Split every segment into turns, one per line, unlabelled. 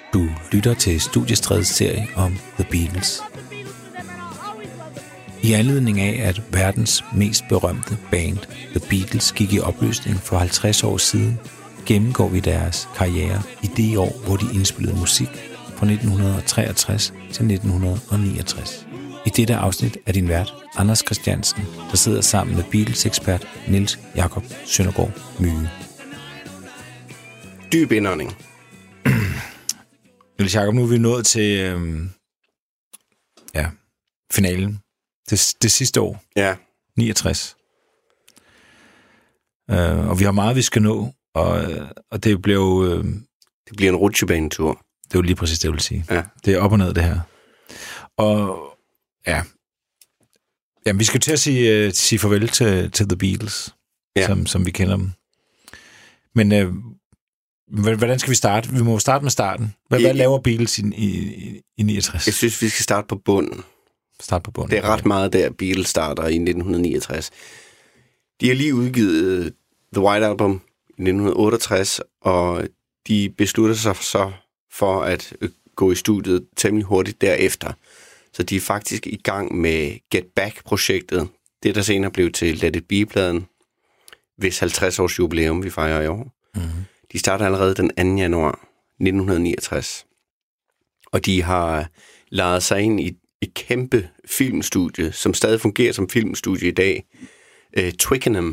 Du lytter til Studiestredets serie om The Beatles. I anledning af, at verdens mest berømte band, The Beatles, gik i opløsning for 50 år siden, gennemgår vi deres karriere i de år, hvor de indspillede musik fra 1963 til 1969. I dette afsnit er din vært, Anders Christiansen, der sidder sammen med Beatles-ekspert Niels Jakob Søndergaard Myge.
Dyb indånding.
Niels Jakob, nu er vi nået til finalen. Det sidste år.
Ja.
69. Og vi har meget, vi skal nå, og det blev...
Det bliver en rutsjebanetur.
Det er jo lige præcis det, jeg vil sige.
Ja.
Det er op og ned, det her. Og ja, vi skal til at sige farvel til The Beatles, som vi kender dem. Men hvordan skal vi starte? Vi må starte med starten. Hvad laver Beatles i 69? Jeg synes,
vi skal starte på bunden. Det er ret meget der, Beatles starter i 1969. De har lige udgivet The White Album i 1968, og de beslutter sig så for at gå i studiet temmelig hurtigt derefter. Så de er faktisk i gang med Get Back-projektet. Det, der senere blev til Let It Be-pladen, hvis 50-års jubilæum, vi fejrer i år. Mm-hmm. De starter allerede den 2. januar 1969. Og de har lejet sig ind i et kæmpe filmstudie, som stadig fungerer som filmstudie i dag. Twickenham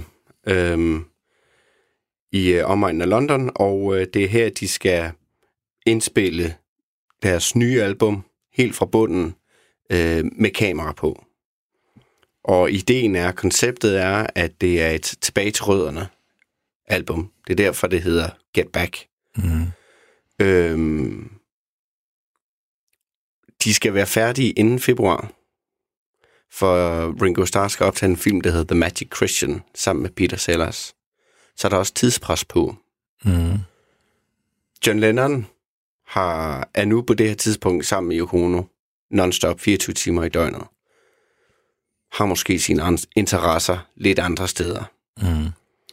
i omegnen af London, og det er her, de skal indspille deres nye album helt fra bunden med kamera på. Og konceptet er, at det er et tilbage til rødderne album. Det er derfor, det hedder Get Back. Mm. De skal være færdige inden februar, for Ringo Starr skal optage en film, der hedder The Magic Christian, sammen med Peter Sellers. Så er der også tidspres på. Mm. John Lennon er nu på det her tidspunkt sammen med Yoko Ono non-stop 24 timer i døgnet. Har måske sine interesser lidt andre steder. Mm.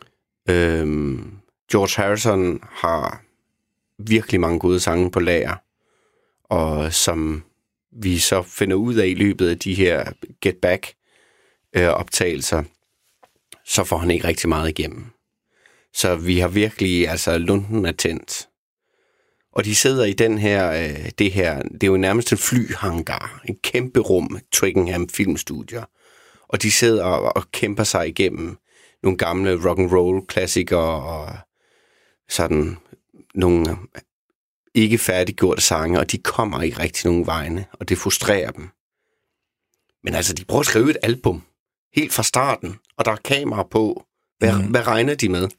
George Harrison har virkelig mange gode sange på lager, og som vi så finder ud af i løbet af de her Get Back optagelser, så får han ikke rigtig meget igennem. Så vi har virkelig, lunden er tændt. Og de sidder i det er jo nærmest en flyhangar, en kæmpe rum, Twickenham filmstudier. Og de sidder og kæmper sig igennem nogle gamle rock'n'roll klassikere og sådan nogle ikke færdiggjorte sange, og de kommer ikke rigtig nogen vegne, og det frustrerer dem. Men de prøver at skrive et album helt fra starten, og der er kamera på. Hvad regner de med?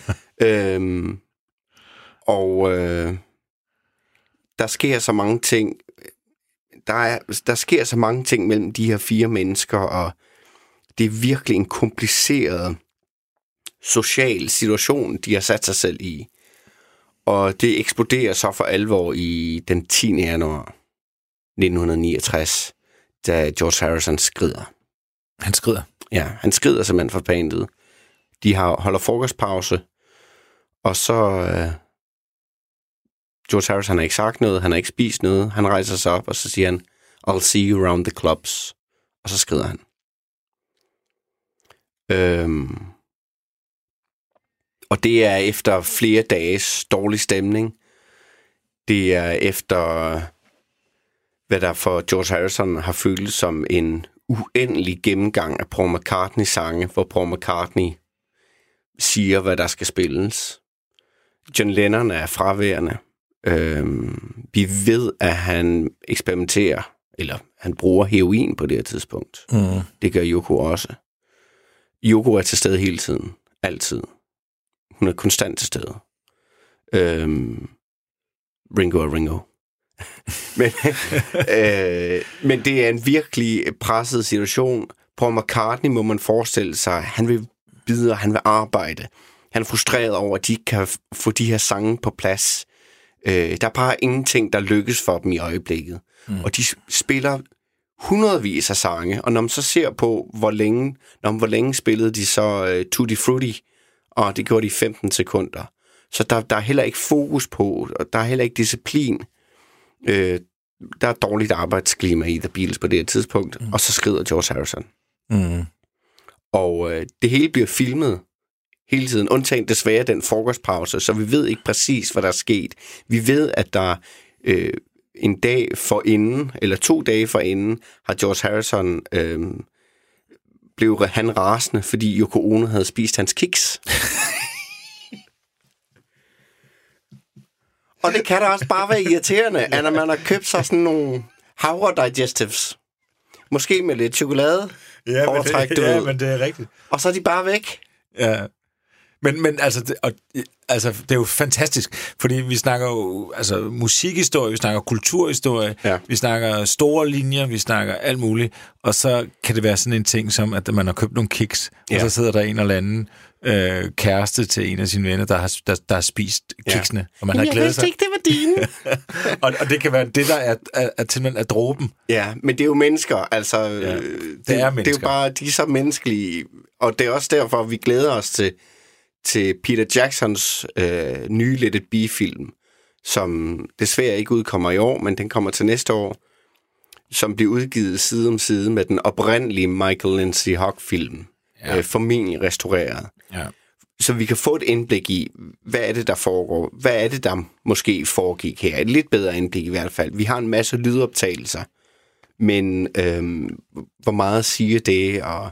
Der sker så mange ting. Der sker så mange ting mellem de her 4 mennesker, og det er virkelig en kompliceret social situation, de har sat sig selv i. Og det eksploderer så for alvor i den 10. januar 1969, da George Harrison skrider.
Han skrider?
Ja, han skrider simpelthen fra bandet. De holder frokostpause, og så... George Harrison har ikke sagt noget, han har ikke spist noget. Han rejser sig op, og så siger han, I'll see you around the clubs. Og så skrider han. Og det er efter flere dages dårlig stemning. Det er efter, hvad der for George Harrison har følt som en uendelig gennemgang af Paul McCartney-sange, hvor Paul McCartney siger, hvad der skal spilles. John Lennon er fraværende. Vi ved, at han eksperimenterer, eller han bruger heroin på det her tidspunkt. Mm. Det gør Yoko også. Yoko er til stede hele tiden. Altid. Hun er konstant til stede. Ringo er Ringo. Men det er en virkelig presset situation. Paul McCartney må man forestille sig, han vil videre, han vil arbejde. Han er frustreret over, at de ikke kan få de her sange på plads. Der er bare ingenting, der lykkes for dem i øjeblikket. Mm. Og de spiller hundredvis af sange, og når man så ser på, hvor længe spillede de så Tutti Frutti, og det gjorde de i 15 sekunder. Så der er heller ikke fokus på, og der er heller ikke disciplin. Der er dårligt arbejdsklima i The Beatles på det her tidspunkt, og så skrider George Harrison. Og det hele bliver filmet hele tiden, undtagen desværre den frokostpause, så vi ved ikke præcis, hvad der er sket. Vi ved, at der en dag forinden, eller 2 dage forinden, har George Harrison blev han rasende, fordi Yoko Ono havde spist hans kiks. Og det kan da også bare være irriterende, at når man har købt sig sådan nogle havre digestives, måske med lidt chokolade, overtræk,
men det er rigtigt.
Og så er de bare væk.
Ja. Men altså, det er jo fantastisk, fordi vi snakker jo musikhistorie, vi snakker kulturhistorie, vi snakker store linjer, vi snakker alt muligt, og så kan det være sådan en ting som, at man har købt nogle kiks, og så sidder der en eller anden kæreste til en af sine venner, der har spist kiksene, og man har glædet sig.
Jeg vidste ikke, det var dine.
og det kan være det, der er simpelthen er dråben.
Ja, men det er jo mennesker, altså.
Det er mennesker.
Det er jo bare, de er så menneskelige, og det er også derfor, vi glæder os til Peter Jacksons nye Let It Be-film, som desværre ikke udkommer i år, men den kommer til næste år, som bliver udgivet side om side med den oprindelige Michael Lindsay Hogg-film, formentlig restaureret. Ja. Så vi kan få et indblik i, hvad er det, der foregår? Hvad er det, der måske foregik her? Et lidt bedre indblik i hvert fald. Vi har en masse lydoptagelser, men hvor meget siger det, og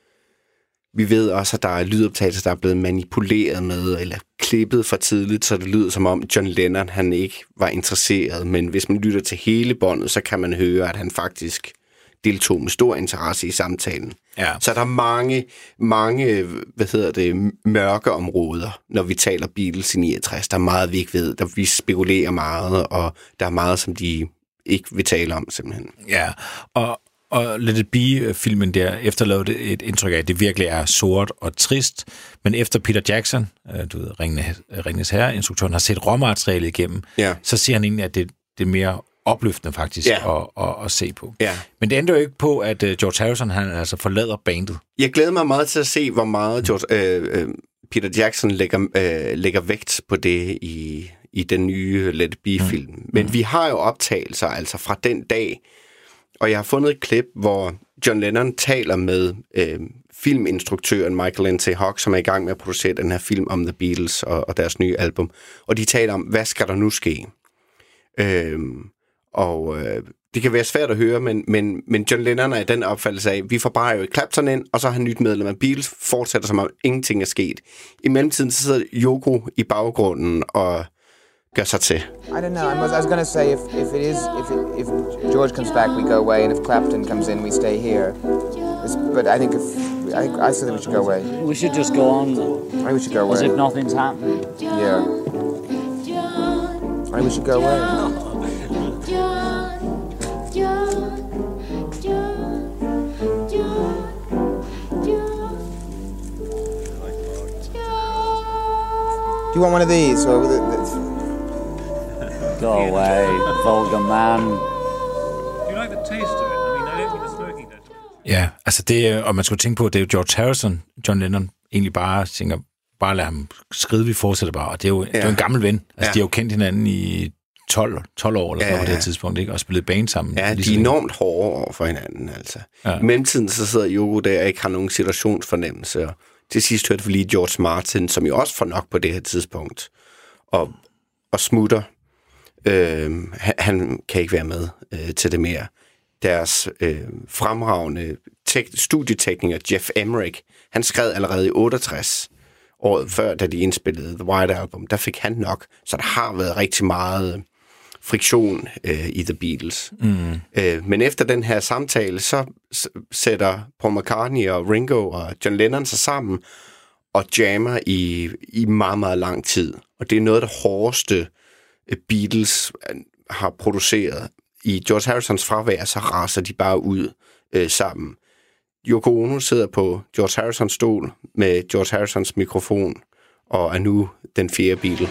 vi ved også, at der er lydoptagelser, der er blevet manipuleret med, eller klippet for tidligt, så det lyder som om John Lennon, han ikke var interesseret. Men hvis man lytter til hele båndet, så kan man høre, at han faktisk deltog med stor interesse i samtalen. Ja. Så der er mange mørke områder, når vi taler Beatles i 69. Der er meget, vi ikke ved. Vi spekulerer meget, og der er meget, som de ikke vil tale om, simpelthen.
Ja, og Let It Be-filmen der efterlader et indtryk af, at det virkelig er sort og trist. Men efter Peter Jackson, Ringenes Herre-instruktøren, har set råmaterialet igennem, så siger han egentlig, at det er mere opløftende faktisk at se på. Ja. Men det ændrer jo ikke på, at George Harrison han altså forlader bandet.
Jeg glæder mig meget til at se, hvor meget Peter Jackson lægger vægt på det i den nye Let It Be-film. Men vi har jo optagelser altså fra den dag, og jeg har fundet et klip, hvor John Lennon taler med filminstruktøren Michael Lindsay Hogg, som er i gang med at producere den her film om The Beatles og deres nye album. Og de taler om, hvad skal der nu ske? Det kan være svært at høre, men John Lennon er i den opfattelse af, vi får bare jo Clapton ind, og så har han nyt medlem af Beatles, fortsætter som om ingenting er sket. I mellemtiden så sidder Yoko i baggrunden og gør sig til.
I don't know. I was going to say if George comes back, we go away, and if Clapton comes in, we stay here. But I think I say that we should go away.
We should just go on.
I think we should go away.
As if nothing's happened.
Yeah. I think we should go away. Do you want one of these? Or
Go away, vulgar man.
Do you like the taste of it? I mean, I don't think the smoking does.
Ja, altså det, og man skulle tænke på, det er jo George Harrison, John Lennon, egentlig bare tænker, bare lad ham skride, vi fortsætter bare, og det er jo, det er jo en gammel ven. Altså de har jo kendt hinanden i 12 år eller på det her tidspunkt, ikke? Og spillet band sammen.
Ja, de er enormt hårde over for hinanden, altså. Ja. I mellemtiden så sidder Yoko der og ikke har nogen situationsfornemmelse, og til sidst hørte vi lige George Martin, som jo også får nok på det her tidspunkt, og smutter. Han kan ikke være med til det mere. Deres fremragende studietekniker Jeff Emmerich, han skrev allerede i 68, året før, da de indspillede The White Album, der fik han nok. Så der har været rigtig meget friktion i The Beatles. Men efter den her samtale, så sætter Paul McCartney og Ringo og John Lennon sig sammen og jammer i meget, meget lang tid. Og det er noget af det hårdeste Beatles har produceret. I George Harrisons fravær, så raser de bare ud sammen. Yoko Ono sidder på George Harrisons stol med George Harrisons mikrofon og er nu den 4. Beatle.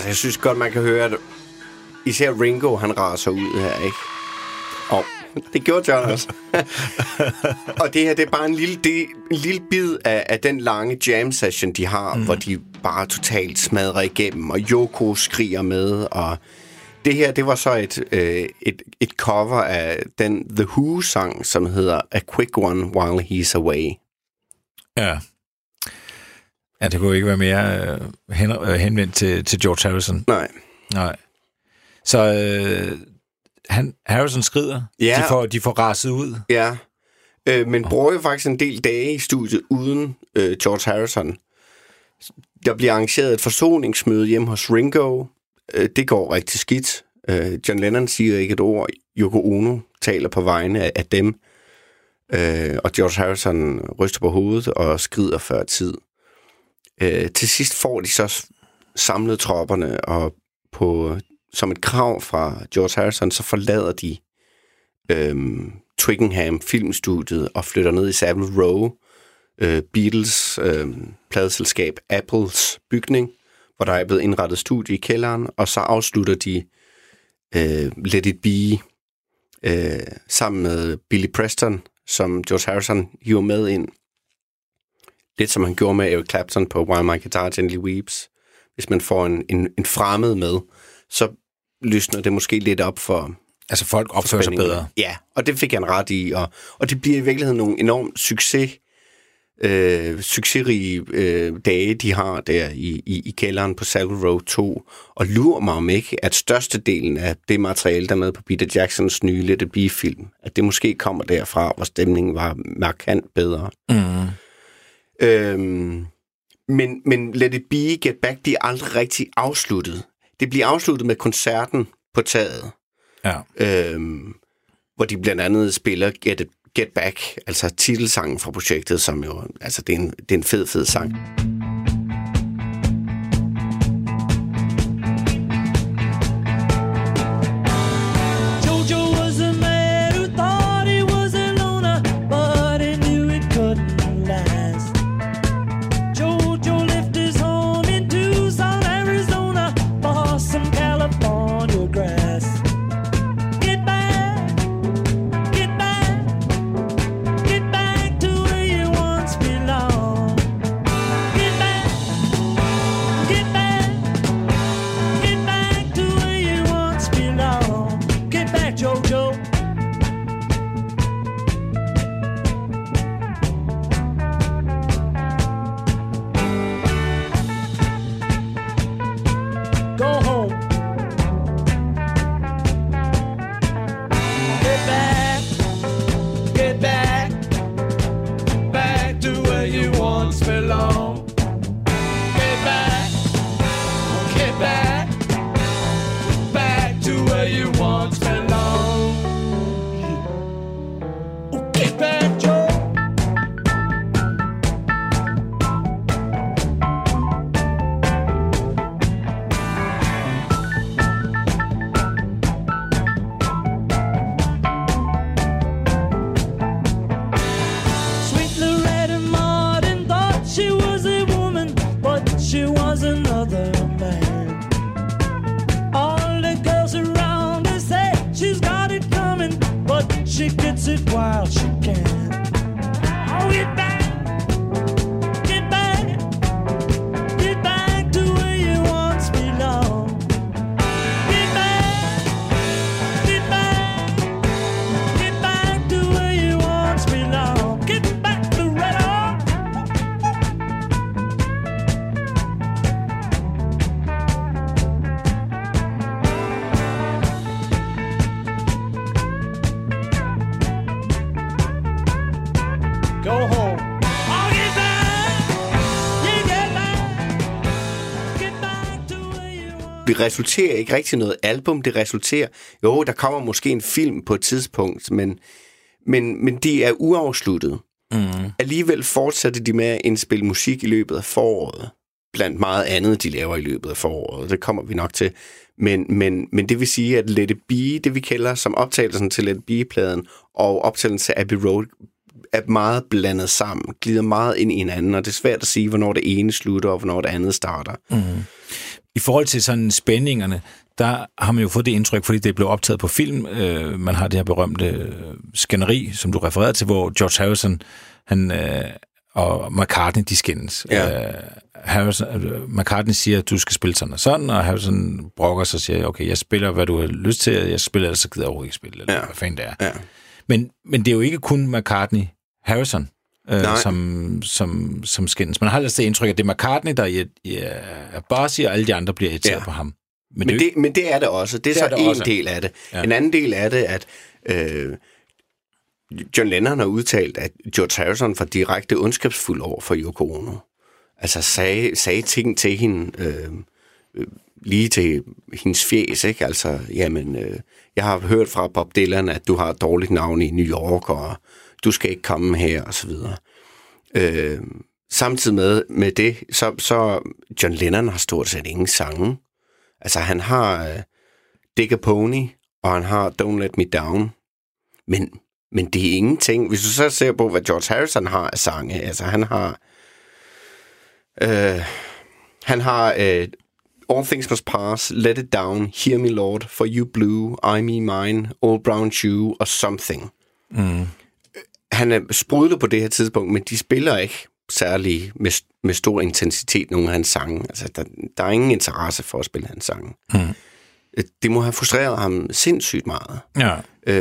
Altså, jeg synes godt, man kan høre, at især Ringo, han raser ud her, ikke? Og det gjorde John også. Og det her, det er bare en lille bid af den lange jam session, de har, hvor de bare totalt smadrer igennem, og Yoko skriger med, og det her, det var så et cover af den The Who-sang, som hedder A Quick One While He's Away.
Ja. Ja, det kunne ikke være mere henvendt til George Harrison. Nej. Så Harrison skrider.
Ja.
De får raset ud.
Ja. Men bruger jo faktisk en del dage i studiet uden George Harrison. Der bliver arrangeret et forsoningsmøde hjemme hos Ringo. Det går rigtig skidt. John Lennon siger ikke et ord. Yoko Ono taler på vegne af dem. Og George Harrison ryster på hovedet og skrider før tid. Til sidst får de så samlet tropperne, og som et krav fra George Harrison, så forlader de Twickenham filmstudiet og flytter ned i Savile Row, Beatles pladeselskab Apples bygning, hvor der er blevet indrettet studie i kælderen, og så afslutter de Let It Be sammen med Billy Preston, som George Harrison hiver med ind. Lidt som han gjorde med Eric Clapton på While My Guitar Gently Weeps. Hvis man får en fremmed med, så lysner det måske lidt op for...
Altså folk opfører sig bedre.
Ja, og det fik han ret i. Og det bliver i virkeligheden nogle enormt succesrige dage, de har der i kælderen på Savile Row 2. Og lurer mig om ikke, at størstedelen af det materiale, der er med på Peter Jacksons nye Let It Be-film, at det måske kommer derfra, hvor stemningen var markant bedre. Men Let It Be, Get Back, de er aldrig rigtig afsluttet. Det bliver afsluttet med koncerten på taget.
Ja.
Hvor de blandt andet spiller Get Back, altså titelsangen fra projektet, som jo, altså det er en fed sang. Det resulterer ikke rigtig noget album, det resulterer... Jo, der kommer måske en film på et tidspunkt, men de er uafsluttet. Alligevel fortsatte de med at indspille musik i løbet af foråret. Blandt meget andet, de laver i løbet af foråret. Det kommer vi nok til. Men det vil sige, at Let It Be, det vi kalder som optagelsen til Let It Be-pladen, og optagelsen til Abbey Road, er meget blandet sammen, glider meget ind i hinanden, og det er svært at sige, hvornår det ene slutter, og hvornår det andet starter.
i forhold til sådan spændingerne, der har man jo fået det indtryk, fordi det blev optaget på film. Man har det her berømte skænderi, som du refererede til, hvor George Harrison og McCartney, de skændes.
Ja.
McCartney siger, at du skal spille sådan og sådan, og Harrison brokker sig og siger, okay, jeg spiller, hvad du har lyst til, jeg spiller, ellers så gider jeg overhovedet ikke spille, eller hvad fanden det er.
Ja.
Men det er jo ikke kun McCartney-Harrison, som skændes. Man har altså det indtryk, at det er McCartney, der er bossy, og alle de andre bliver irriteret på ham.
Men det er det også. Det er så en del af det. Ja. En anden del af det, at John Lennon har udtalt, at George Harrison var direkte ondskabsfuld over for Yoko Ono. Altså sagde ting til hende, lige til hendes fjes, ikke? Altså, jamen, jeg har hørt fra Bob Dylan, at du har et dårligt navn i New York, og du skal ikke komme her, og så videre. Samtidig med det, så John Lennon har stort set ingen sange. Altså, han har Dig a Pony, og han har Don't Let Me Down. Men det er ingenting. Hvis du så ser på, hvad George Harrison har af sange, altså han har All Things Must Pass, Let It Down, Hear Me Lord, For You Blue, I Me Mine, Old Brown Shoe og Something. Mm. Han er sprudlet på det her tidspunkt, men de spiller ikke særlig med stor intensitet nogle af hans sange. Altså, der er ingen interesse for at spille hans sange. Mm. Det må have frustreret ham sindssygt meget. Ja.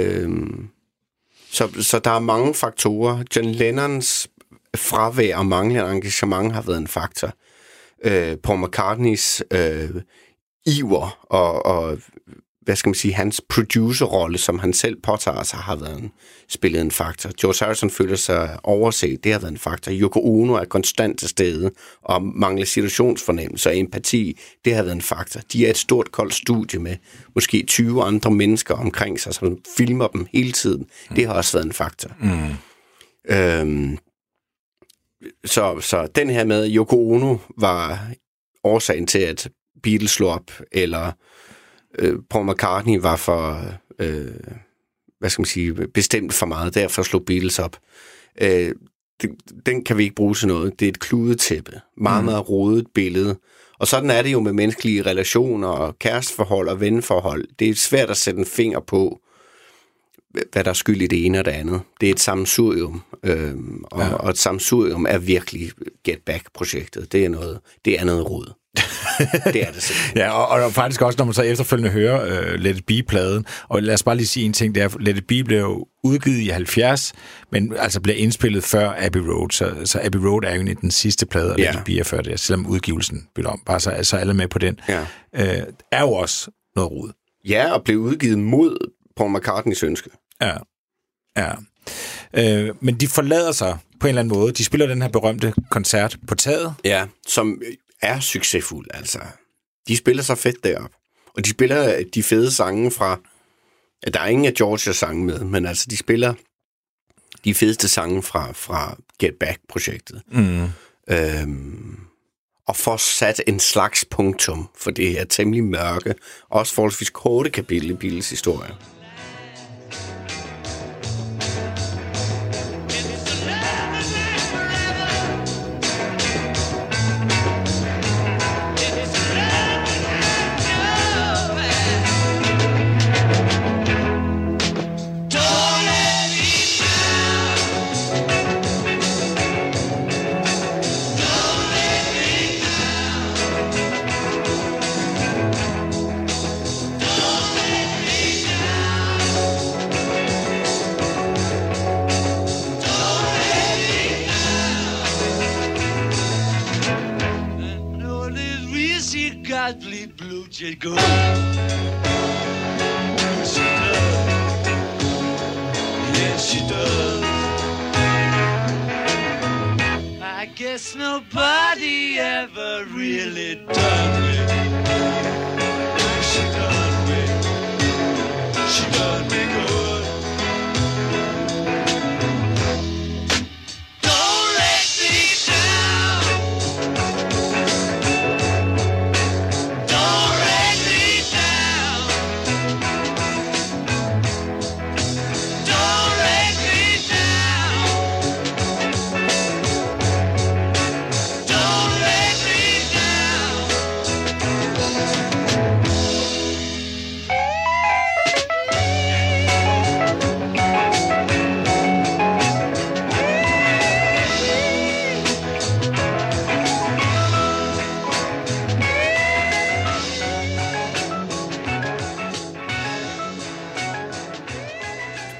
Så der er mange faktorer. John Lennons fravær og manglende engagement har været en faktor. Paul McCartneys iver og hvad skal man sige, hans producerrolle, som han selv påtager sig, har været spillet en faktor. George Harrison føler sig overset, det har været en faktor. Yoko Ono er konstant til stede, og mangler situationsfornemmelse og empati, det har været en faktor. De er et stort koldt studie med måske 20 andre mennesker omkring sig, som filmer dem hele tiden. Det har også været en faktor. Mm. Så den her med, Yoko Ono var årsagen til, at Beatles slog op, eller Paul McCartney var for, hvad skal man sige, bestemt for meget, derfor slog Beatles op. Den kan vi ikke bruge til noget. Det er et kludetæppe. Meget, meget rodet billede. Og sådan er det jo med menneskelige relationer og kæresteforhold og venneforhold. Det er svært at sætte en finger på, hvad der er skyld i det ene og det andet. Det er et sammensurium, og et sammensurium er virkelig Get Back-projektet. Det er noget rod. Det er det simpelthen.
Ja, og faktisk også, når man så efterfølgende hører Let It Be-pladen, og lad os bare lige sige en ting, det er, Let It Be blev udgivet i 70, men altså blev indspillet før Abbey Road, så Abbey Road er jo den sidste plade, og Let It Be er før det, selvom udgivelsen blev om, bare så alle med på den, er jo også noget rod.
Ja, og blev udgivet mod Paul McCartneys ønske.
Ja. Men de forlader sig på en eller anden måde. De spiller den her berømte koncert på taget.
Ja, som er succesfuld, altså. De spiller så fedt derop. Og de spiller de fede sange fra... Der er ingen af Georges sange med, men altså, de spiller de fedeste sange fra Get Back-projektet. Mm. Og får sat en slags punktum for det her temmelig mørke, også forholdsvis korte kapitel i Beatles historie.
Go. She does. I guess nobody ever really done me. She done me. She done me good. Don't let me down. Don't let me down. Don't let me down. Don't let me down.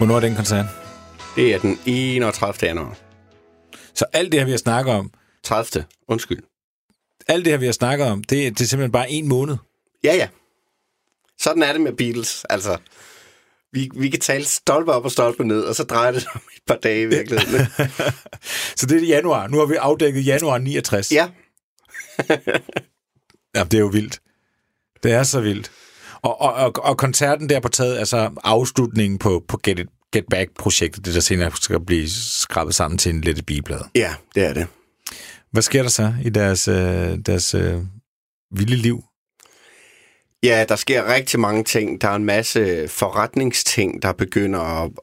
Hvornår er den koncert?
Det er den 31. januar.
Så alt det her, vi har snakket om...
30. Undskyld.
Alt det her, vi har snakket om, det er simpelthen bare 1 måned.
Ja. Sådan er det med Beatles. Altså, vi kan tale stolpe op og stolpe ned, og så drejer det om et par dage i virkeligheden.
Så det er januar. Nu har vi afdækket januar 69.
Ja.
Ja, det er jo vildt. Det er så vildt. Og koncerten der på taget, altså afslutningen på Get Back-projektet, det der senere skal blive skrabet sammen til en lette biblad.
Ja, det er det.
Hvad sker der så i deres vilde liv?
Ja, der sker rigtig mange ting. Der er en masse forretningsting, der begynder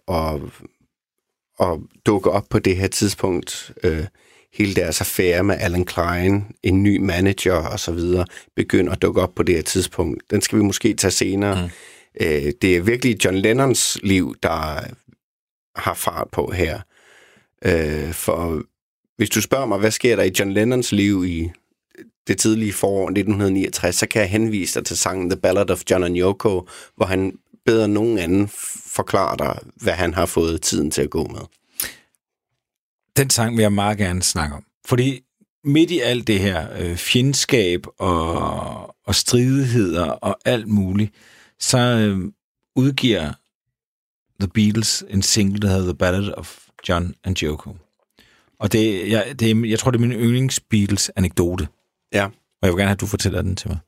at dukke op på det her tidspunkt. Hele deres affære med Alan Klein, en ny manager og så videre, begynder at dukke op på det her tidspunkt. Den skal vi måske tage senere. Det er virkelig John Lennons liv, der har fart på her. For hvis du spørger mig, hvad sker der i John Lennons liv i det tidlige forår 1969, så kan jeg henvise dig til sangen The Ballad of John and Yoko, hvor han bedre end nogen anden forklarer dig, hvad han har fået tiden til at gå med.
Den sang vil jeg meget gerne snakke om. Fordi midt i alt det her fjendskab og stridigheder og alt muligt, så udgiver The Beatles en single, der hedder The Ballad of John and Yoko. Og jeg tror, det er min yndlings Beatles-anekdote.
Ja.
Og jeg vil gerne have, at du fortæller den til mig.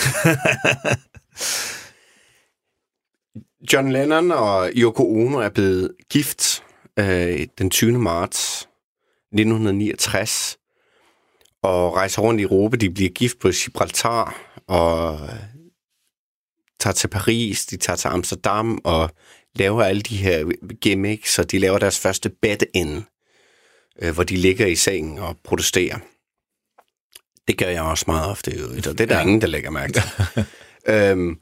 John Lennon og Yoko Ono er blevet gift den 20. marts 1969 og rejser rundt i Europa. De bliver gift på Gibraltar og tager til Paris, de tager til Amsterdam og laver alle de her gimmicks, og de laver deres første bed-in, hvor de ligger i sengen og protesterer. Det gør jeg også meget ofte, og det er der ingen, der lægger mærke til.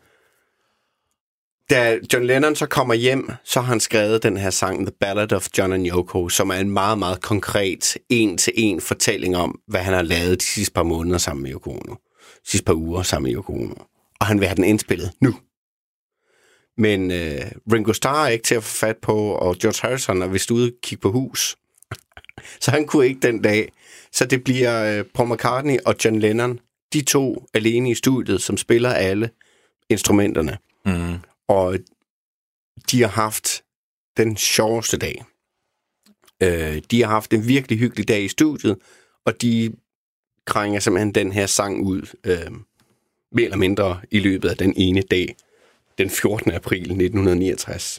Da John Lennon så kommer hjem, så har han skrevet den her sang, The Ballad of John and Yoko, som er en meget, meget konkret, en-til-en fortælling om, hvad han har lavet de sidste par måneder sammen med Yoko Ono. Sidste par uger sammen med Yoko Ono. Og han vil have den indspillet nu. Men Ringo Starr er ikke til at få fat på, og George Harrison er vist ude og kigge på hus. Så han kunne ikke den dag. Så det bliver Paul McCartney og John Lennon, de to alene i studiet, som spiller alle instrumenterne. Mm. Og de har haft den sjoveste dag. De har haft en virkelig hyggelig dag i studiet, og de krænger simpelthen den her sang ud, mere eller mindre i løbet af den ene dag, den 14. april 1969.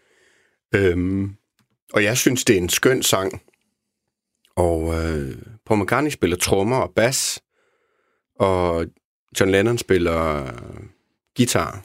Og jeg synes, det er en skøn sang. Og Paul McCartney spiller trommer og bas, og John Lennon spiller guitar.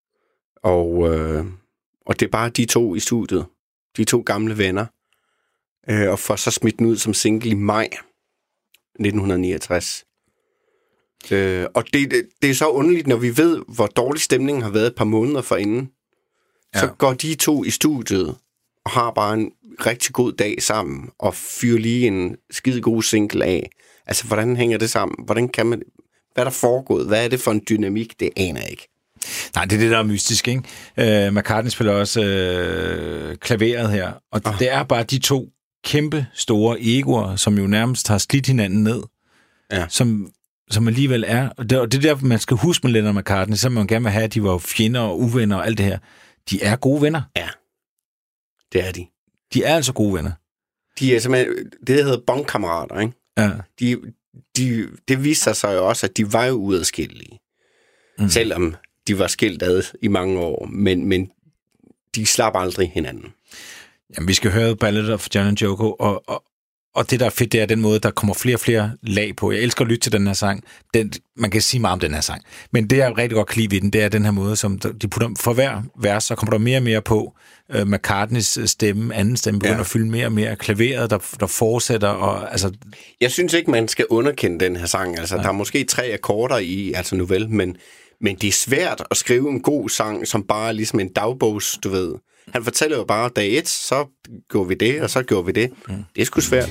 Og det er bare de to i studiet. De to gamle venner. Og får så smidt den ud som single i maj 1969. Og det er så underligt, når vi ved, hvor dårlig stemningen har været et par måneder forinden. Ja. Så går de to i studiet og har bare en rigtig god dag sammen og fyrer lige en skide god single af. Altså, hvordan hænger det sammen? Hvordan kan man... Hvad er der foregået? Hvad er det for en dynamik? Det aner jeg ikke.
Nej, det er det, der er mystisk, ikke? McCartney spiller også klaveret her, og det er bare de to kæmpe store egoer, som jo nærmest har slidt hinanden ned, ja. som alligevel er, og det er derfor, man skal huske med Lennon og McCartney, så man gerne vil have, at de var fjender og uvenner og alt det her. De er gode venner.
Ja, det er de.
De er altså gode venner.
De er simpelthen, det hedder bondkammerater, ikke?
Ja.
Det viste sig jo også, at de var jo uadskillelige. Selvom de var skilt ad i mange år, men de slap aldrig hinanden.
Jamen, vi skal høre Ballad of John and Yoko, og det, der er fedt, det er den måde, der kommer flere og flere lag på. Jeg elsker at lytte til den her sang. Man kan sige meget om den her sang. Men det, jeg rigtig godt kan lide ved den, det er den her måde, som de putter for hver vers, så kommer der mere og mere på. McCartneys stemme, anden stemme, begynder at fylde mere og mere. Klaveret, der fortsætter. Og, altså...
Jeg synes ikke, man skal underkende den her sang. Altså, der er måske 3 akkorder i, altså nu vel, men det er svært at skrive en god sang, som bare er ligesom en dagbogs, du ved. Han fortæller jo bare, dag 1, så gjorde vi det, og så gjorde vi det. Det er sgu svært.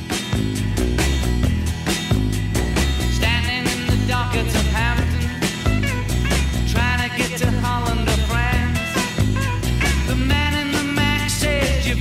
Standing in the dockets of Hampton, trying to get to Holland or France. The man in the Mac says you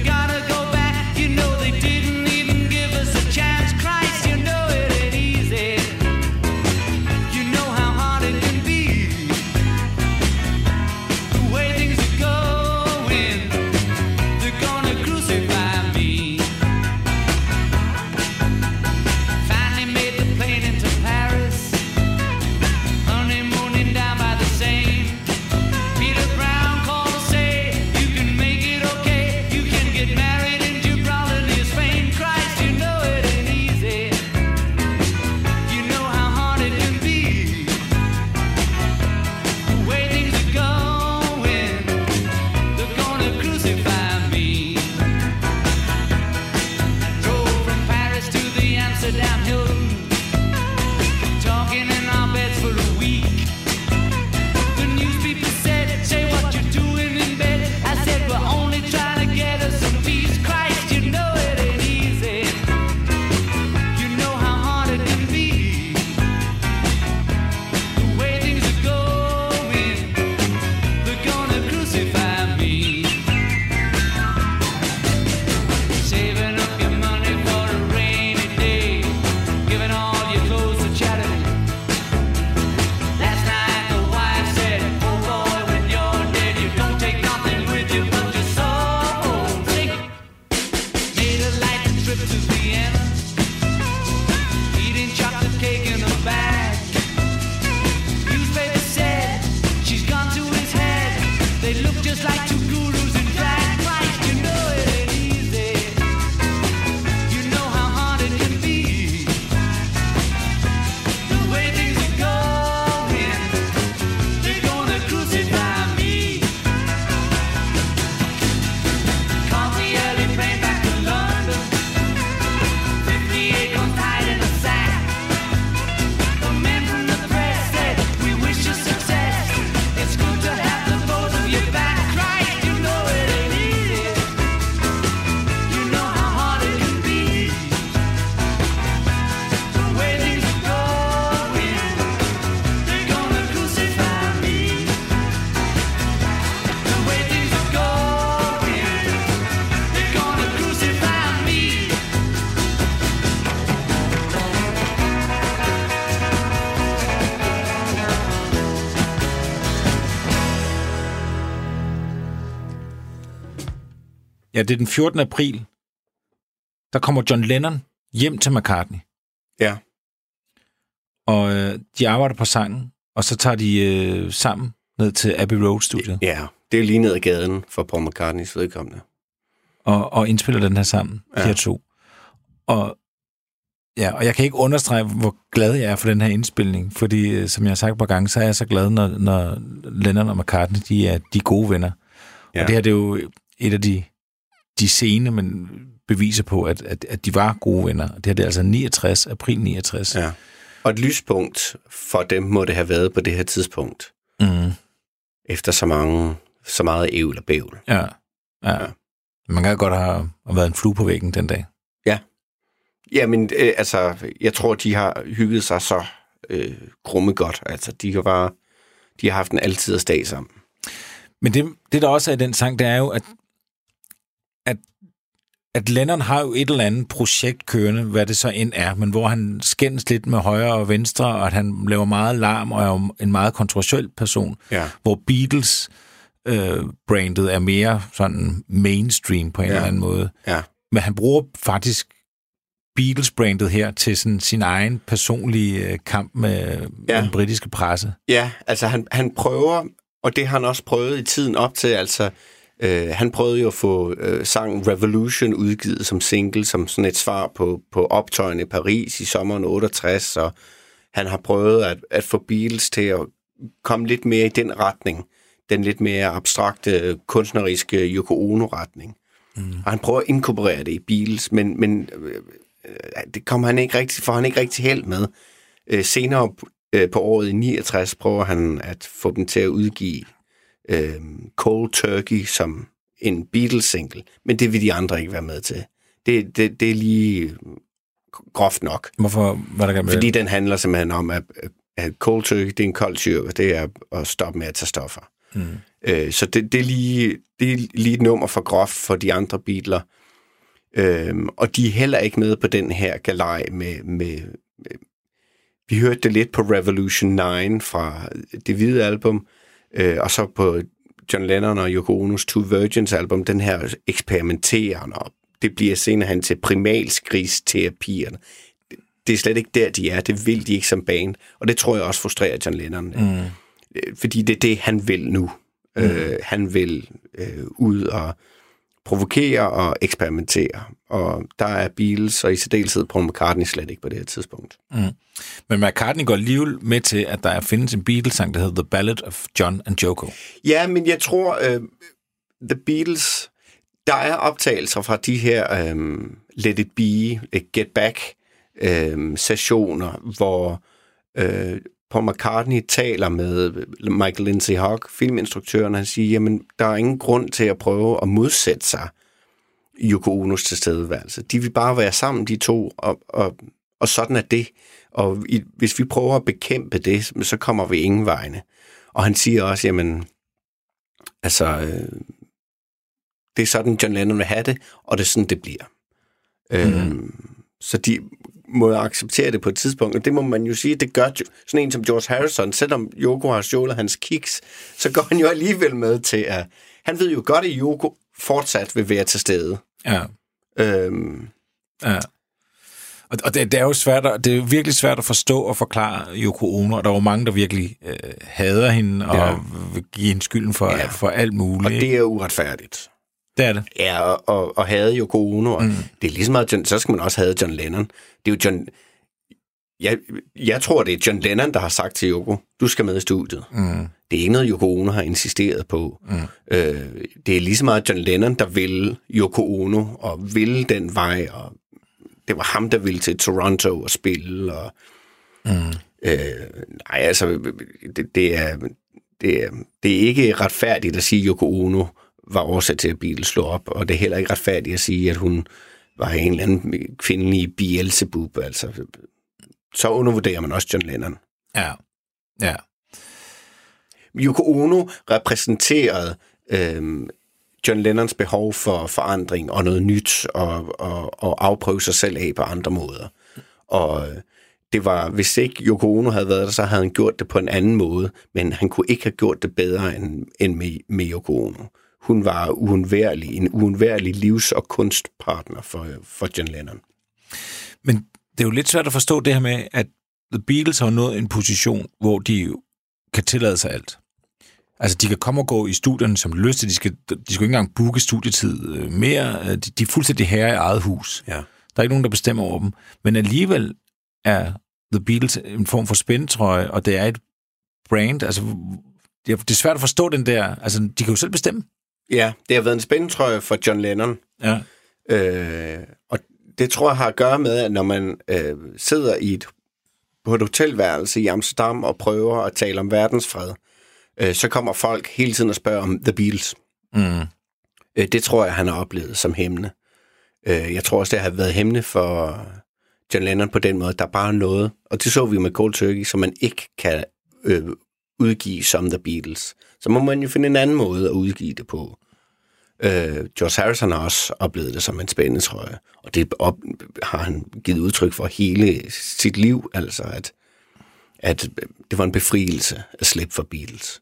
like two gurus in drag. Christ, you know it ain't easy. You know how hard it can be. The way things are going, they're gonna crucify me. Caught the early train back to London. 58 comes tied in a sack. The men from the press said, we wish you success. It's good to have the both of you back. Christ, you know it ain't easy. You know how hard it can be. The way things are going, they're gonna crucify me. The way things are going, they're gonna crucify me.
Ja, det er den 14. april. Der kommer John Lennon hjem til McCartney.
Ja.
Og de arbejder på sangen, og så tager de sammen ned til Abbey Road-studiet.
Ja, det er lige ned ad gaden for Paul McCartneys vedkommende.
Og indspiller den her sammen, de
Ja.
her to. Og jeg kan ikke understrege, hvor glad jeg er for den her indspilning, fordi, som jeg har sagt et par gange, så er jeg så glad, når Lennon og McCartney, de er gode venner.
Ja.
Og det her, det er jo et af de sene, men beviser på, at de var gode venner. Det her, det er altså april 69.
Ja. Og et lyspunkt for dem må det have været på det her tidspunkt.
Mm.
Efter så meget ævl og bævl.
Ja. Man kan godt have været en flue på væggen den dag.
Ja, men jeg tror, de har hygget sig så grumme godt. Altså, de har haft en altiders dag sammen.
Men det der også er i den sang, det er jo, at Lennon har jo et eller andet projekt kørende, hvad det så end er, men hvor han skændes lidt med højre og venstre, og at han laver meget larm og er jo en meget kontroversiel person.
Ja.
Hvor Beatles brandet er mere sådan mainstream på en eller anden måde.
Ja.
Men han bruger faktisk Beatles-brandet her til sådan sin egen personlige kamp med den britiske presse.
Ja, altså han prøver, og det har han også prøvet i tiden op til, altså han prøvede jo at få sangen Revolution udgivet som single, som sådan et svar på optøjerne i Paris i sommeren 68, og han har prøvet at få Beatles til at komme lidt mere i den retning, den lidt mere abstrakte, kunstneriske Yoko Ono-retning. Og han prøver at inkorporere det i Beatles, men det kommer han ikke rigtig held med. Senere på året i 69 prøver han at få dem til at udgive Cold Turkey som en Beatles-single, men det vil de andre ikke være med til. Det er lige groft nok.
Hvorfor var der med?
Fordi den handler simpelthen om, at Cold Turkey, det er en kold tyrker, det er at stoppe med at tage stoffer. Så det er lige et nummer for groft for de andre Beatles. Og de er heller ikke med på den her galej med vi hørte det lidt på Revolution 9 fra det hvide album, og så på John Lennon og Yoko Onos Two Virgins album, den her eksperimenteren, og det bliver senere hen til primalskridsterapierne. Det er slet ikke der, de er. Det vil de ikke som band, og det tror jeg også frustrerer John Lennon. Fordi det er det, han vil nu. Han vil ud og provokere og eksperimentere, og der er Beatles, og i særdeleshed Paul McCartney slet ikke på det her tidspunkt.
Men McCartney går alligevel med til, at der findes en Beatles-sang, der hedder The Ballad of John and Yoko.
Ja, men jeg tror, The Beatles, der er optagelser fra de her Let It Be, Get Back sessioner, hvor Paul McCartney taler med Michael Lindsay Hogg, filminstruktøren, og han siger, jamen, der er ingen grund til at prøve at modsætte sig Yoko Onos tilstedeværelse. De vil bare være sammen, de to, og sådan er det. Og hvis vi prøver at bekæmpe det, så kommer vi ingen vegne. Og han siger også, jamen, altså, det er sådan, John Lennon vil have det, og det er sådan, det bliver. Så de må acceptere det på et tidspunkt, og det må man jo sige, det gør sådan en som George Harrison, selvom Yoko har stjålet hans kiks, så går han jo alligevel med til at, han ved jo godt, at Yoko fortsat vil være til stede.
Ja. Ja. Og det er jo svært, det er jo virkelig svært at forstå og forklare Yoko Ono, og der var mange, der virkelig hader hende og vil give hende skylden for alt muligt.
Og det er uretfærdigt.
Det er det.
Ja, og hade Yoko Ono, og det er ligesom meget, så skal man også hade John Lennon. Det er jo John... Jeg tror, det er John Lennon, der har sagt til Yoko, du skal med i studiet. Det er ikke noget, Yoko Ono har insisteret på. Det er lige så meget John Lennon, der ville Yoko Ono, og ville den vej, og det var ham, der ville til Toronto og spille. Og, nej, altså, det er ikke retfærdigt at sige, at Yoko Ono var årsag til, at Beatles slog op, og det er heller ikke retfærdigt at sige, at hun var en eller anden kvindelig Beelzebub. Altså, så undervurderer man også John Lennon.
Ja, ja.
Yoko Ono repræsenterede John Lennons behov for forandring og noget nyt, og afprøve sig selv af på andre måder. Og det var, hvis ikke Yoko Ono havde været der, så havde han gjort det på en anden måde, men han kunne ikke have gjort det bedre end med Yoko Ono. Hun var en uundværlig livs- og kunstpartner for John Lennon.
Men det er jo lidt svært at forstå det her med, at The Beatles har nået en position, hvor de kan tillade sig alt. Altså, de kan komme og gå i studierne som lyst til. De skal ikke engang booke studietid mere. De er fuldstændig herre i eget hus.
Ja.
Der er ikke nogen, der bestemmer over dem. Men alligevel er The Beatles en form for spændetrøje, og det er et brand. Altså, det er svært at forstå den der. Altså, de kan jo selv bestemme.
Ja, det har været en spændetrøje for John Lennon.
Ja.
Og det tror jeg har at gøre med, at når man sidder på et hotelværelse i Amsterdam og prøver at tale om verdensfred, så kommer folk hele tiden og spørger om The Beatles. Det tror jeg, han har oplevet som hæmmende. Jeg tror også, det har været hæmmende for John Lennon på den måde. Der er bare noget, og det så vi med Cold Turkey, som man ikke kan udgive som The Beatles. Så må man jo finde en anden måde at udgive det på. George Harrison har også oplevet det som en spændetrøje, og det har han givet udtryk for hele sit liv, altså at det var en befrielse at slippe for Beatles.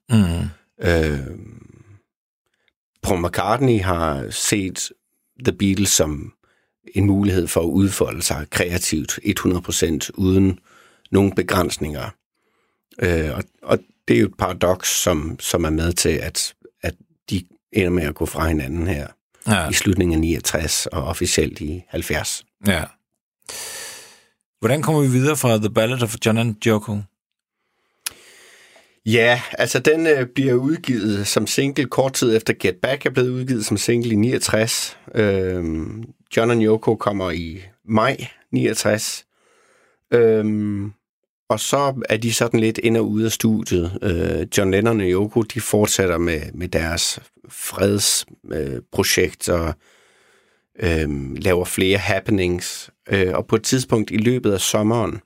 Paul McCartney har set The Beatles som en mulighed for at udfolde sig kreativt 100% uden nogen begrænsninger. Og det er jo et paradoks, som er med til, at de ender med at gå fra hinanden her i slutningen af 69 og officielt i 70.
Ja. Hvordan kommer vi videre fra The Ballad of John and Yoko?
Ja, altså den bliver udgivet som single kort tid efter Get Back er blevet udgivet som single i 69. John and Yoko kommer i maj 69. Og så er de sådan lidt ind og ude af studiet. John Lennon og Yoko, de fortsætter med deres fredsprojekt og laver flere happenings. Og på et tidspunkt i løbet af sommeren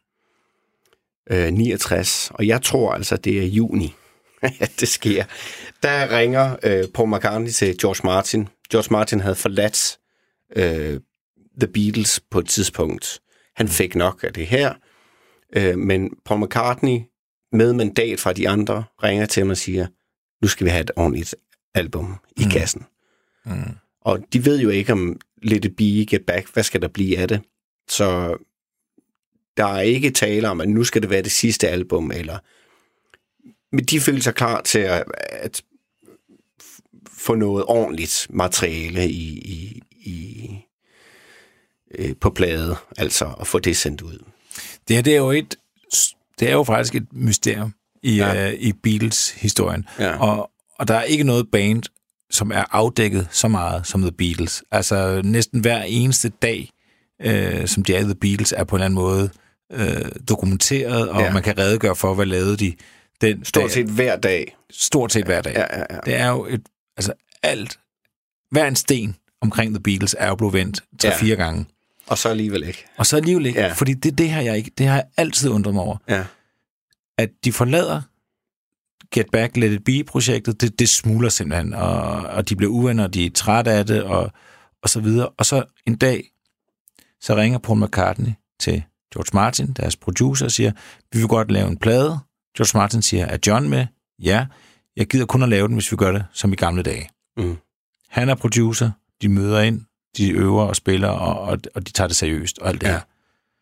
69, og jeg tror altså, det er juni, at det sker, der ringer Paul McCartney til George Martin. George Martin havde forladt The Beatles på et tidspunkt. Han fik nok af det her. Men Paul McCartney med mandat fra de andre ringer til mig og siger, nu skal vi have et ordentligt album i kassen. Og de ved jo ikke om Let It Be, Get Back, hvad skal der blive af det? Så der er ikke tale om, at nu skal det være det sidste album, men de føler sig klar til at få noget ordentligt materiale på plade, altså at få det sendt ud.
Det er jo faktisk et mysterium i Beatles-historien. Ja. Og der er ikke noget band, som er afdækket så meget som The Beatles. Altså næsten hver eneste dag, som de er The Beatles, er på en eller anden måde dokumenteret, og man kan redegøre for, hvad lavede de den
Stort set hver dag.
Stort set hver dag.
Ja.
Det er jo hver en sten omkring The Beatles er jo blevet vendt 3-4 gange.
Og så alligevel ikke.
Ja. Fordi det har jeg altid undret mig over. Ja. At de forlader Get Back, Let It Be-projektet, det smuldrer simpelthen, og de bliver uvenner, og de er trætte af det, og så videre. Og så en dag, så ringer Paul McCartney til George Martin, deres producer, og siger, vi vil godt lave en plade. George Martin siger, er John med? Ja, jeg gider kun at lave den, hvis vi gør det som i gamle dage. Han er producer, de møder ind, de øver og spiller, og de tager det seriøst, og alt det her.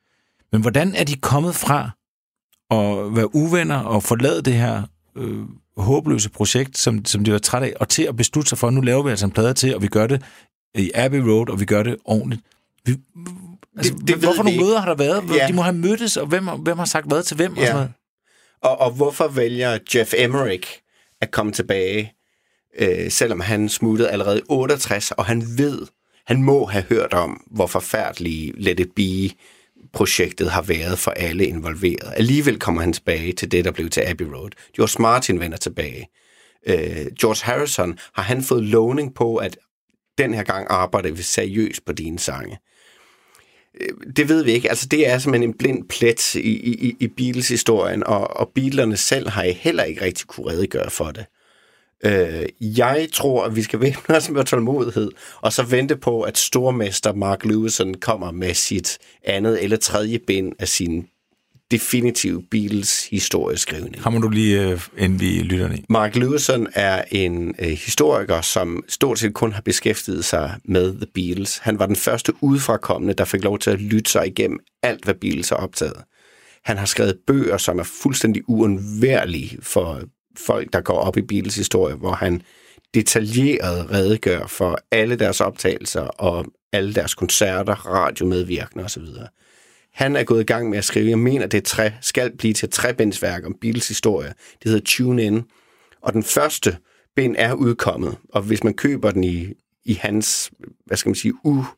Men hvordan er de kommet fra at være uvenner og forlade det her håbløse projekt, som de var træt af, og til at beslutte sig for, at nu laver vi altså en plade til, og vi gør det i Abbey Road, og vi gør det ordentligt. Hvorfor nogle møder har der været? Ja. De må have mødtes, og hvem har sagt hvad til hvem? Ja. Og, sådan noget?
Og hvorfor vælger Jeff Emerick at komme tilbage, selvom han smuttede allerede i 68, og han må have hørt om, hvor forfærdelige Let It Be-projektet har været for alle involveret. Alligevel kommer han tilbage til det, der blev til Abbey Road. George Martin vender tilbage. George Harrison, har han fået lovning på, at den her gang arbejder vi seriøst på dine sange? Det ved vi ikke. Altså, det er simpelthen en blind plet i Beatles-historien, og Beatlerne selv har heller ikke rigtig kunne redegøre for det. Jeg tror, at vi skal væbne os med tålmodighed, og så vente på, at stormester Mark Lewisohn kommer med sit andet eller tredje bind af sin definitive Beatles-historieskrivning.
Kommer du lige ind vi lytterne i?
Mark Lewisohn er en historiker, som stort set kun har beskæftiget sig med The Beatles. Han var den første udefrakommende, der fik lov til at lytte sig igennem alt, hvad Beatles har optaget. Han har skrevet bøger, som er fuldstændig uundværlige for folk, der går op i Beatles historie, hvor han detaljeret redegør for alle deres optagelser og alle deres koncerter, radiomedvirkende osv. Han er gået i gang med at skrive, jeg mener, det skal blive til et trebindsværk om Beatles historie. Det hedder Tune In, og den første bind er udkommet, og hvis man køber den i hans, hvad skal man sige,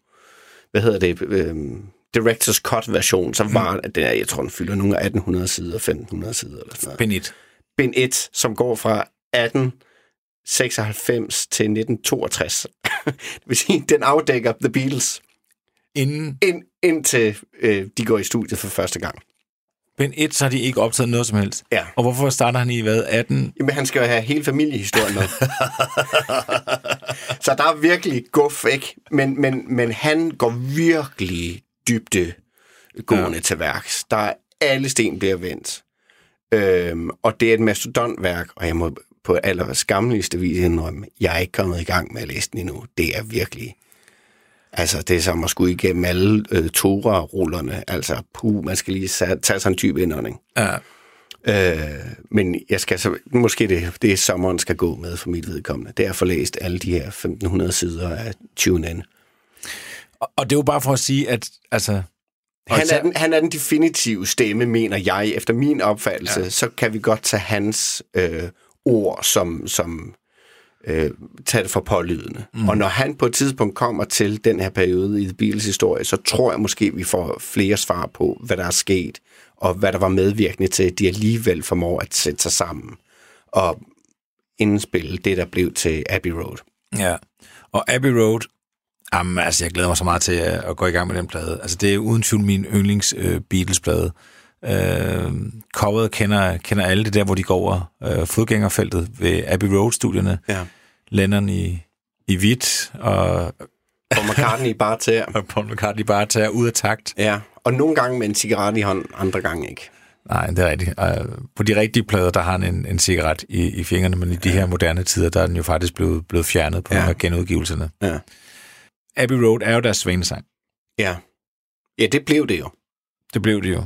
Director's Cut version, så var den, jeg tror, den fylder nogle af 1800 sider, 1500 sider eller sådan noget.
Bind 1.
Bind 1, som går fra 1896 til 1962. Det vil sige, den afdækker The Beatles indtil de går i studiet for første gang.
Bind 1, så har de ikke optaget noget som helst.
Ja.
Og hvorfor starter han i hvad? 18?
Jamen, han skal jo have hele familiehistorien med. Så der er virkelig guf, ikke? Men han går virkelig dybdegående til værks. Der er alle sten bliver vendt. Og det er et mastodontværk, og jeg må på allerskammeligste vis indrømme, jeg er ikke kommet i gang med at læse den endnu. Det er virkelig... Altså, det er som at skulle igennem alle Torah-rullerne. Altså, man skal lige tage sig en dyb indånding.
Ja.
Men jeg skal så... Måske det sommeren skal gå med for mit vedkommende. Det er at få læst alle de her 1500 sider af Tune In.
Og det er jo bare for at sige, at... Altså,
han er den definitive stemme, mener jeg. Efter min opfattelse, så kan vi godt tage hans ord som tage det for pålydende. Og når han på et tidspunkt kommer til den her periode i The Beatles historie, så tror jeg måske, vi får flere svar på, hvad der er sket, og hvad der var medvirkende til, at de alligevel formår at sætte sig sammen og indspille det, der blev til Abbey Road.
Ja, og Abbey Road, altså jeg glæder mig så meget til at gå i gang med den plade. Altså det er uden tvivl min yndlings Beatles-plade. Coveret kender alle det der, hvor de går over fodgængerfeltet ved Abbey Road-studierne. Ja. Lennon i hvidt, og
Paul McCartney bare til.
Og Paul McCartney bare tager ud af takt.
Ja, og nogle gange med en cigaret i hånden, andre gange ikke.
Nej, det er rigtigt. På de rigtige plader, der har han en cigaret i fingrene, men i de her moderne tider, der er den jo faktisk blevet fjernet på nogle af genudgivelserne. Ja. Abbey Road er jo deres svanesang.
Ja. Ja, det blev det jo.
Det blev det jo.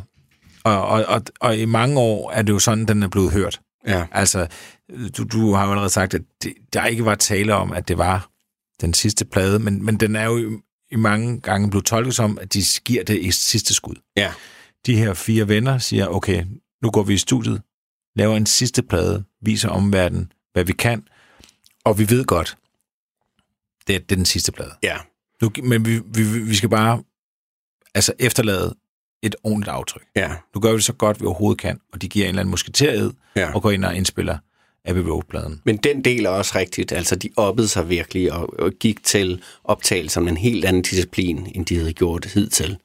Og i mange år er det jo sådan, den er blevet hørt. Ja. Altså, du har jo allerede sagt, at der ikke var tale om, at det var den sidste plade, men den er jo i mange gange blevet tolket som, at de giver det et sidste skud. Ja. De her 4 venner siger, okay, nu går vi i studiet, laver en sidste plade, viser omverdenen, hvad vi kan, og vi ved godt, det er den sidste plade. Ja. Men vi skal bare efterlade et ordentligt aftryk. Ja. Nu gør vi det så godt, vi overhovedet kan, og de giver en eller anden musketered, og går ind og indspiller Abbey Road-pladen.
Men den del er også rigtigt. Altså, de oppede sig virkelig og gik til optagelser med en helt anden disciplin, end de havde gjort hidtil.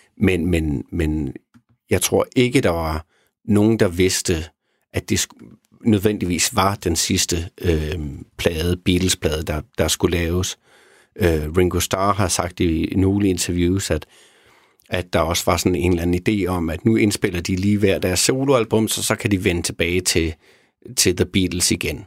Men jeg tror ikke, der var nogen, der vidste, at det nødvendigvis var den sidste Beatles-plade, der skulle laves. Ringo Starr har sagt i nogle interviews, at der også var sådan en eller anden idé om, at nu indspiller de lige hver deres soloalbum, så kan de vende tilbage til The Beatles igen.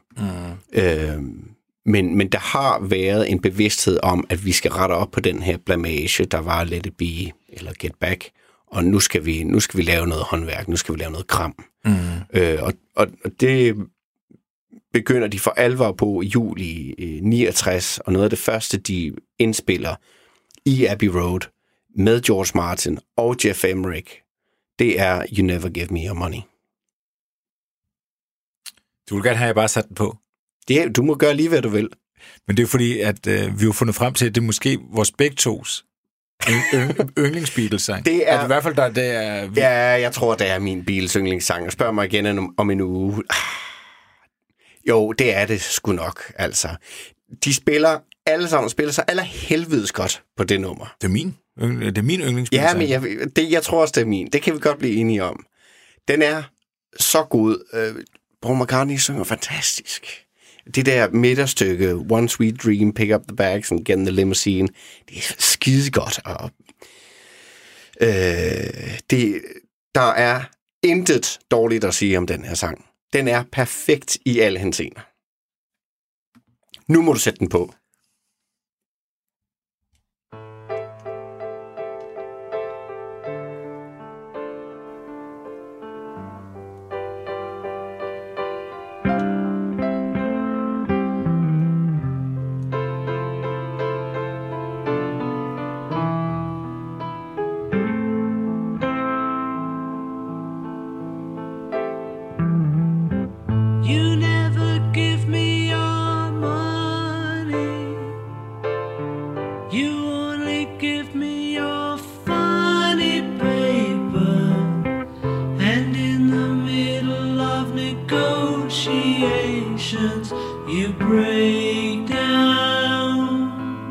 Men der har været en bevidsthed om, at vi skal rette op på den her blamage, der var Let It Be, eller Get Back, og nu skal vi lave noget håndværk, nu skal vi lave noget kram. Og det begynder de for alvor på i juli 69, og noget af det første, de indspiller i Abbey Road med George Martin og Jeff Emerick, det er You Never Give Me Your Money.
Du vil gerne have, at jeg bare sat den på.
Du må gøre lige, hvad du vil.
Men det er fordi, at vi har fundet frem til, at det er måske vores begge tos yndlingsbeatles-sang.
Det er...
I hvert fald, det er...
Ja, jeg tror, det er min Beatles yndlingssang. Spørg mig igen om en uge. Jo, det er det sgu nok, altså. De spiller alle sammen, så allerhelvedes godt på det nummer.
Det er min yndlingsbeatles-sang.
Ja, men jeg tror også, det er min. Det kan vi godt blive enige om. Den er så god. Paul McCartney synger fantastisk. Det der midterstykke, One Sweet Dream, Pick Up the Bags and Get in the Limousine, det er skide godt. Og, der er intet dårligt at sige om den her sang. Den er perfekt i alle henseender. Nu må du sætte den på.
You never give me your money. You only give me your funny paper. And in the middle of negotiations, you break down.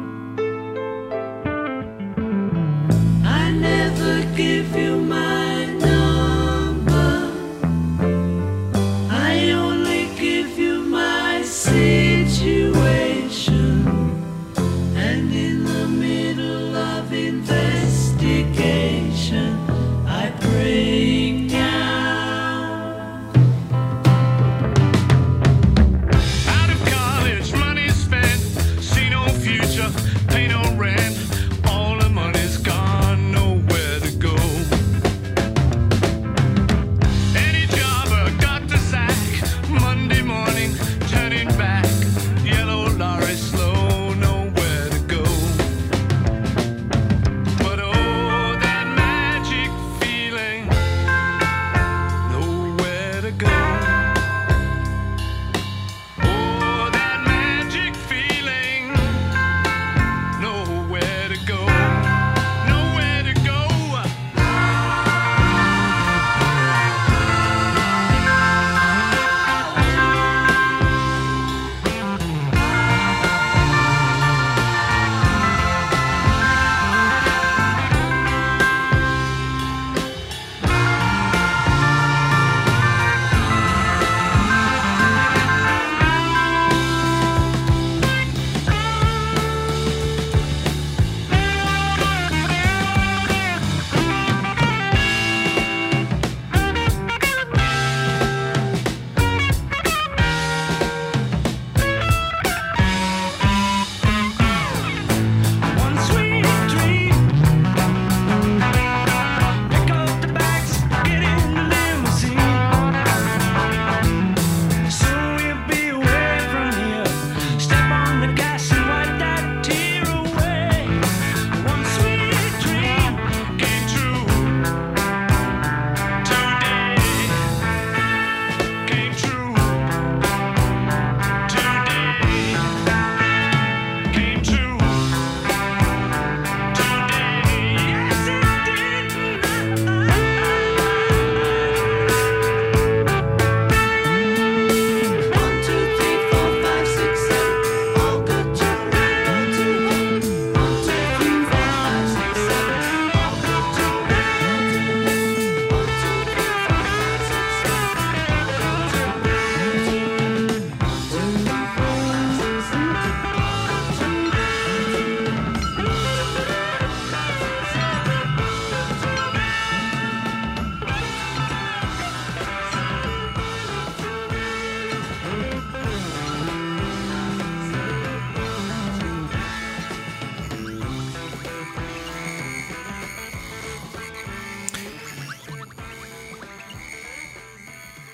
I never give you my number. I only give you my situation. And in the middle of investigation, I break down.
Out of college, money spent, see no future, pay no rent. All the money's gone, nowhere to go. Any job I got to sack, Monday morning, turning back. Yellow lorry slow, nowhere to go. But oh, that magic feeling, nowhere to go. Oh, that magic feeling, nowhere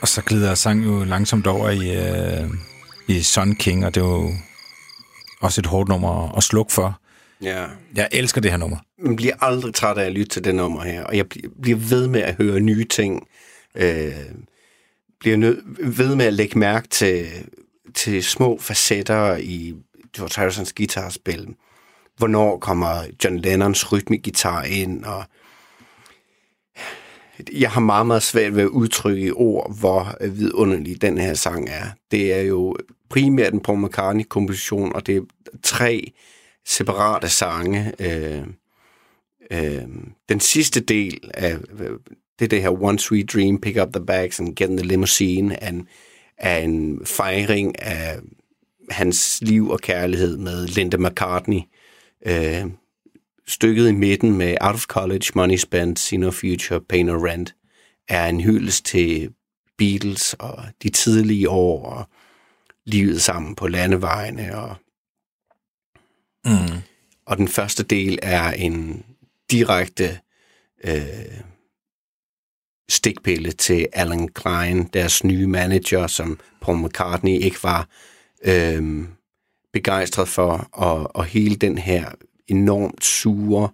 så glider sangen jo langsomt over i Sun King, og det er jo også et hårdt nummer at slukke for.
Ja.
Jeg elsker det her nummer.
Man bliver aldrig træt af at lytte til det nummer her, og jeg bliver ved med at høre nye ting. Bliver ved med at lægge mærke til små facetter i George Harrisons guitarspil. Hvornår kommer John Lennons rytmegitar ind, og jeg har meget, meget svært ved at udtrykke i ord, hvor vidunderlig den her sang er. Det er jo primært en Paul McCartney-komposition, og det er 3 separate sange. Den sidste del af det her One Sweet Dream, Pick Up the Bags and Get in the Limousine, er en fejring af hans liv og kærlighed med Linda McCartney. Stykket i midten med Out of College, Money Spent, See No Future, Pay No Rent er en hyldest til Beatles og de tidlige år og livet sammen på landevejene. Og den første del er en direkte stikpille til Alan Klein, deres nye manager, som Paul McCartney ikke var begejstret for, og hele den her enormt sure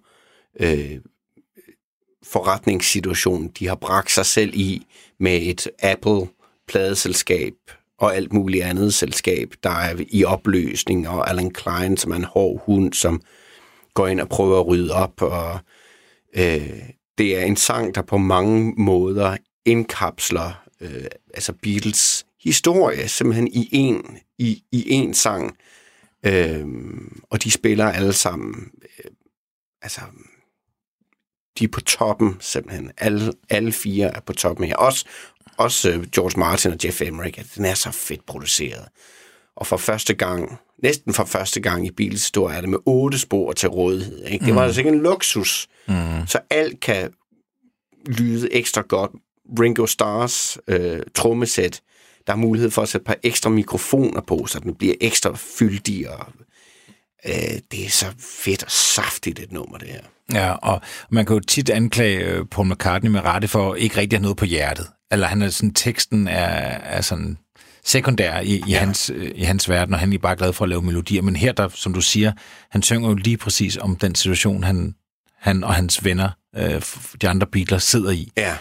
forretningssituation, de har bragt sig selv i med et Apple-pladeselskab og alt muligt andet selskab, der er i opløsning, og Alan Klein, som er en hård hund, som går ind og prøver at rydde op, og det er en sang, der på mange måder indkapsler altså Beatles historie, simpelthen i en sang. Og de spiller alle sammen, altså, de er på toppen, simpelthen. Alle 4 er på toppen her. Også George Martin og Jeff Emerick, at den er så fedt produceret. Og næsten for første gang i Beatles historie er det med 8 spor til rådighed. Ikke? Det var altså ikke en luksus. Så alt kan lyde ekstra godt. Ringo Starrs trommesæt, der er mulighed for at sætte et par ekstra mikrofoner på, så den bliver ekstra fyldig, og det er så fedt og saftigt et nummer, det her.
Ja, og man kan jo tit anklage Paul McCartney med rette for ikke rigtig at have noget på hjertet. Eller han er sådan, teksten er sådan sekundær i hans verden, og han er bare glad for at lave melodier. Men her, der, som du siger, han synger jo lige præcis om den situation, han og hans venner, de andre Beatles, sidder i.
Ja.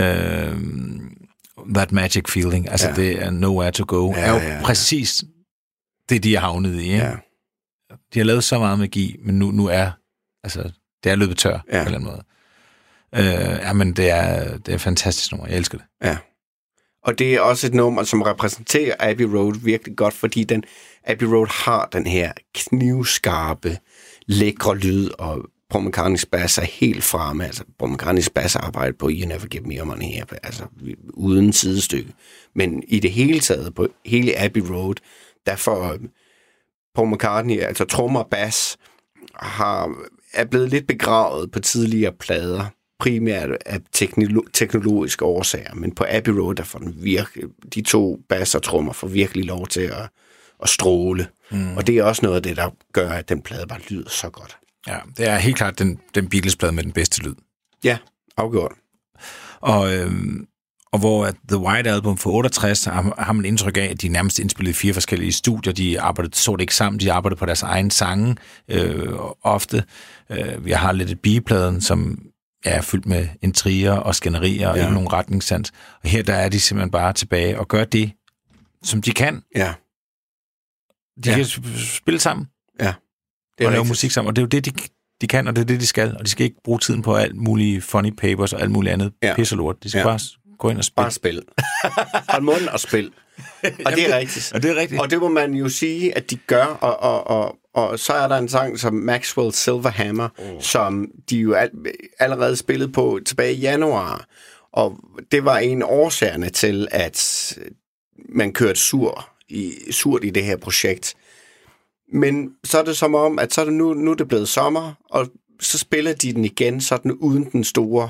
That magic feeling, altså det er nowhere to go, er jo præcis det, de er havnet i. Ikke? Ja. De har lavet så meget magi, men nu er, altså, det er løbet tør på en eller anden måde. Men det er et fantastisk nummer, jeg elsker det. Ja.
Og det er også et nummer, som repræsenterer Abbey Road virkelig godt, fordi Abbey Road har den her knivskarpe, lækre lyd, og Paul McCartneys bass er helt fremme. Altså, Paul McCartneys bass arbejder på You Never Give Me Your Money her, altså uden sidestykke. Men i det hele taget, på hele Abbey Road, derfor Paul McCartney, altså trommer og bass, er blevet lidt begravet på tidligere plader, primært af teknologiske årsager, men på Abbey Road, der får de 2 bass og trommer får virkelig lov til at stråle. Og det er også noget af det, der gør, at den plade bare lyder så godt.
Ja, det er helt klart den Beatles-plade med den bedste lyd.
Ja, afgjort.
Og hvor The White Album for 68 har man indtryk af, at de nærmest indspillede 4 forskellige studier. De arbejdede så det ikke sammen, de arbejdede på deres egen sange ofte. Vi har lidt B-pladen, som er fyldt med intriger og skænderier og ikke nogen retningssans. Og her der er de simpelthen bare tilbage og gør det, som de kan.
Ja.
De kan spille sammen.
Ja.
Og lave musik sammen. Og det er jo det, de kan, og det er det, de skal. Og de skal ikke bruge tiden på alt mulige funny papers og alt muligt andet pis og lort. De skal bare gå ind og spille.
Bare spil. Hold munden og spil. Og det er rigtigt.
Og det er rigtigt.
Og det må man jo sige, at de gør. Og så er der en sang som Maxwell Silverhammer, som de jo allerede spillede på tilbage i januar. Og det var en årsagerne til, at man kørte surt i det her projekt. Men så er det som om, at så er det nu er det blevet sommer, og så spiller de den igen, sådan uden den store,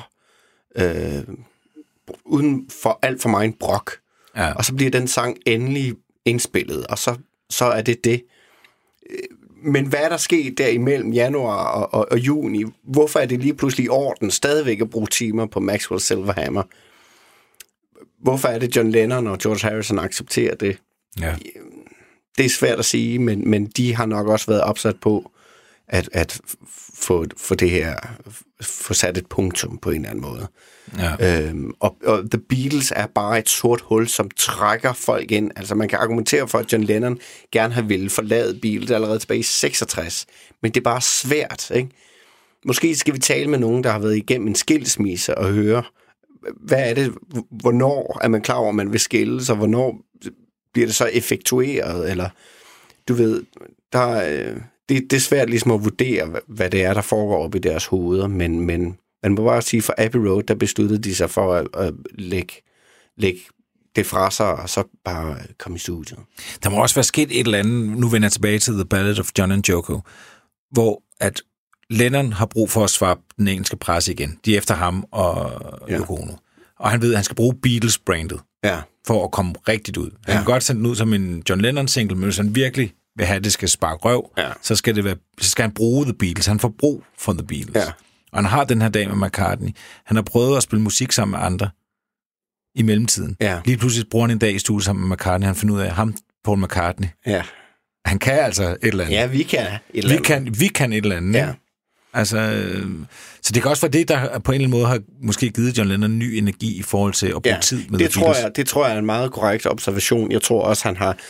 uden for alt for meget brok. Ja. Og så bliver den sang endelig indspillet, og så er det. Men hvad er der sket der imellem januar og juni? Hvorfor er det lige pludselig i orden stadigvæk at bruge timer på Maxwell Silverhammer? hvorfor er det John Lennon og George Harrison accepterer det?
Ja.
Det er svært at sige, men de har nok også været opsat på at få det her, få sat et punktum på en eller anden måde.
Ja.
Og The Beatles er bare et sort hul, som trækker folk ind. Altså man kan argumentere for, at John Lennon gerne har ville forlade Beatles allerede tilbage i 66, men det er bare svært, ikke? Måske skal vi tale med nogen, der har været igennem en skilsmisse og høre, hvad er det, hvornår er man klar over, at man vil skilles, og hvornår bliver det så effektueret, eller du ved, det er svært ligesom at vurdere, hvad det er, der foregår op i deres hoveder, men man må bare sige, for Abbey Road, der besluttede de sig for at lægge det fra sig, og så bare komme i studiet.
Der må også være sket et eller andet, nu vender jeg tilbage til The Ballad of John and Yoko, hvor at Lennon har brug for at svare den engelske presse igen. De er efter ham og Yoko Ono. Og han ved, at han skal bruge Beatles-brandet for at komme rigtigt ud. Han kan godt sende den ud som en John Lennon-single, men hvis han virkelig vil have, at det skal sparke røv, så skal han bruge The Beatles. Han får brug for The Beatles. Ja. Og han har den her dag med McCartney. Han har prøvet at spille musik sammen med andre i mellemtiden. Ja. Lige pludselig bruger han en dag i studiet sammen med McCartney. Han finder ud af, ham, Paul McCartney. Ja. Han kan altså et eller andet.
Ja, vi kan et eller andet.
Vi kan et eller andet. Ja. Altså, så det kan også være det, der på en eller anden måde har måske givet John Lennon ny energi i forhold til at bruge tid med
det tror jeg. Det tror jeg er en meget korrekt observation. Jeg tror også, han har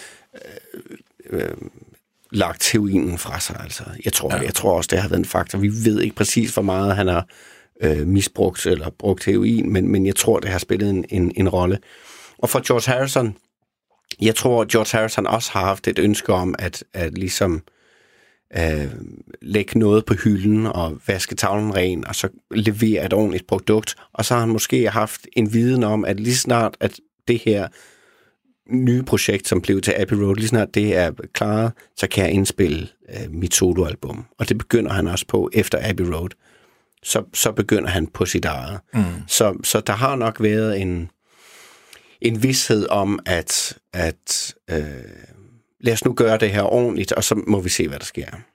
lagt heroinen fra sig. Altså, jeg tror også, det har været en faktor. Vi ved ikke præcis, hvor meget han har misbrugt eller brugt heroin, men jeg tror, det har spillet en rolle. Og for George Harrison, jeg tror, George Harrison også har haft et ønske om at ligesom lægge noget på hylden og vaske tavlen ren, og så levere et ordentligt produkt. Og så har han måske haft en viden om, at lige snart, at det her nye projekt, som blev til Abbey Road, lige snart det er klaret, så kan jeg indspille mit soloalbum. Og det begynder han også på efter Abbey Road. Så begynder han på sit eget. Så der har nok været en vished om, at lad os nu gøre det her ordentligt, og så må vi se, hvad der sker.